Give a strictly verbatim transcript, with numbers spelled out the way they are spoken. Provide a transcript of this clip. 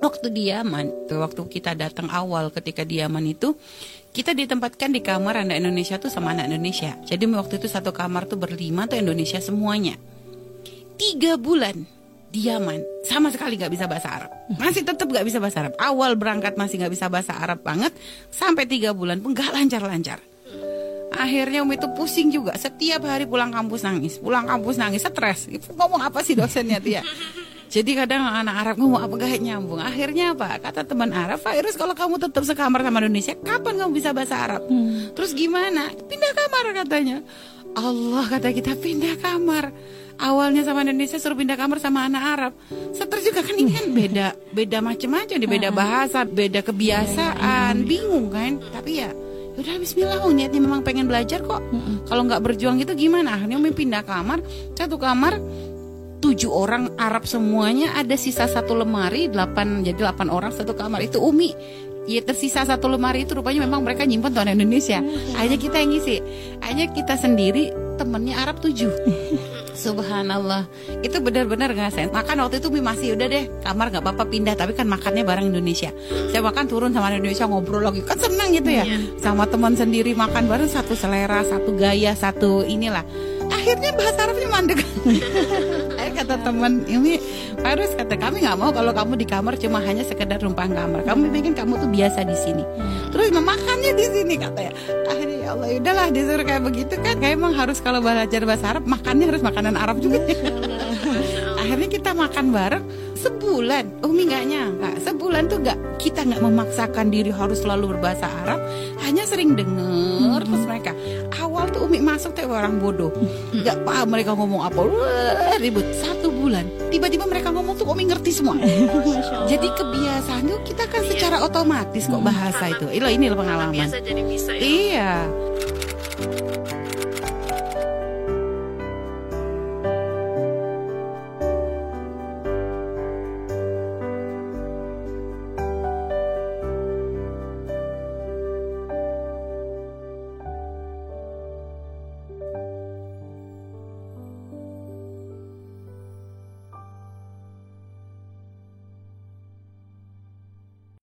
Waktu di Yaman, tuh, waktu kita datang awal ketika di Yaman itu, kita ditempatkan di kamar anak Indonesia tuh sama anak Indonesia. Jadi waktu itu satu kamar tuh berlima tuh Indonesia semuanya. Tiga bulan di Yaman, sama sekali gak bisa bahasa Arab. Masih tetap gak bisa bahasa Arab. Awal berangkat masih gak bisa bahasa Arab banget, sampai tiga bulan pun gak lancar-lancar. Akhirnya Umi itu pusing juga. Setiap hari pulang kampus nangis, pulang kampus nangis, stres. Ngomong apa sih dosennya dia? Jadi kadang anak Arab ngomong apa gak nyambung. Akhirnya apa? Kata teman Arab, Fairuz kalau kamu tetap sekamar sama Indonesia, kapan kamu bisa bahasa Arab? Hmm. Terus gimana? Pindah kamar katanya. Allah, kata kita pindah kamar. Awalnya sama Indonesia suruh pindah kamar sama anak Arab. Stres juga kan, ini kan beda beda macam-macam, beda bahasa, beda kebiasaan, bingung kan? Tapi ya udah bismillah, niatnya memang pengen belajar kok. Kalau nggak berjuang gitu gimana? Akhirnya Umi pindah kamar, satu kamar tujuh orang Arab semuanya, ada sisa satu lemari, delapan jadi delapan orang satu kamar. Itu Umi. Ya tersisa satu lemari itu rupanya memang mereka nyimpan tahun Indonesia. Akhirnya kita yang ngisi. Akhirnya kita sendiri temennya Arab tujuh. Subhanallah. Itu benar-benar ngerasain. Makan waktu itu masih udah deh, kamar gak apa-apa pindah, tapi kan makannya bareng Indonesia. Saya makan turun sama Indonesia, ngobrol lagi. Kan senang gitu ya. Sama teman sendiri makan bareng, satu selera, satu gaya, satu inilah. Akhirnya bahasa Arabnya mandek. Akhirnya kata teman ini, harus kata kami nggak mau kalau kamu di kamar cuma hanya sekedar numpang kamar. Kamu bikin kamu tuh biasa di sini. Terus memakannya di sini katanya. Akhirnya ya Allah, udahlah disuruh kayak begitu kan. Kayak emang harus kalau belajar bahasa Arab makannya harus makanan Arab juga. Akhirnya kita makan bareng sebulan. Umi nggak nyangka sebulan tuh nggak, kita nggak memaksakan diri harus selalu berbahasa Arab, hanya sering dengar. Terus mereka awal tuh Umi masuk tuh orang bodoh, nggak paham mereka ngomong apa, wah, ribut. Satu bulan tiba-tiba mereka ngomong tuh Umi ngerti semua. Jadi kebiasaan tuh kita kan secara otomatis kok bahasa itu. Ilo ini loh pengalaman. Biasa jadi bisa ya. Iya.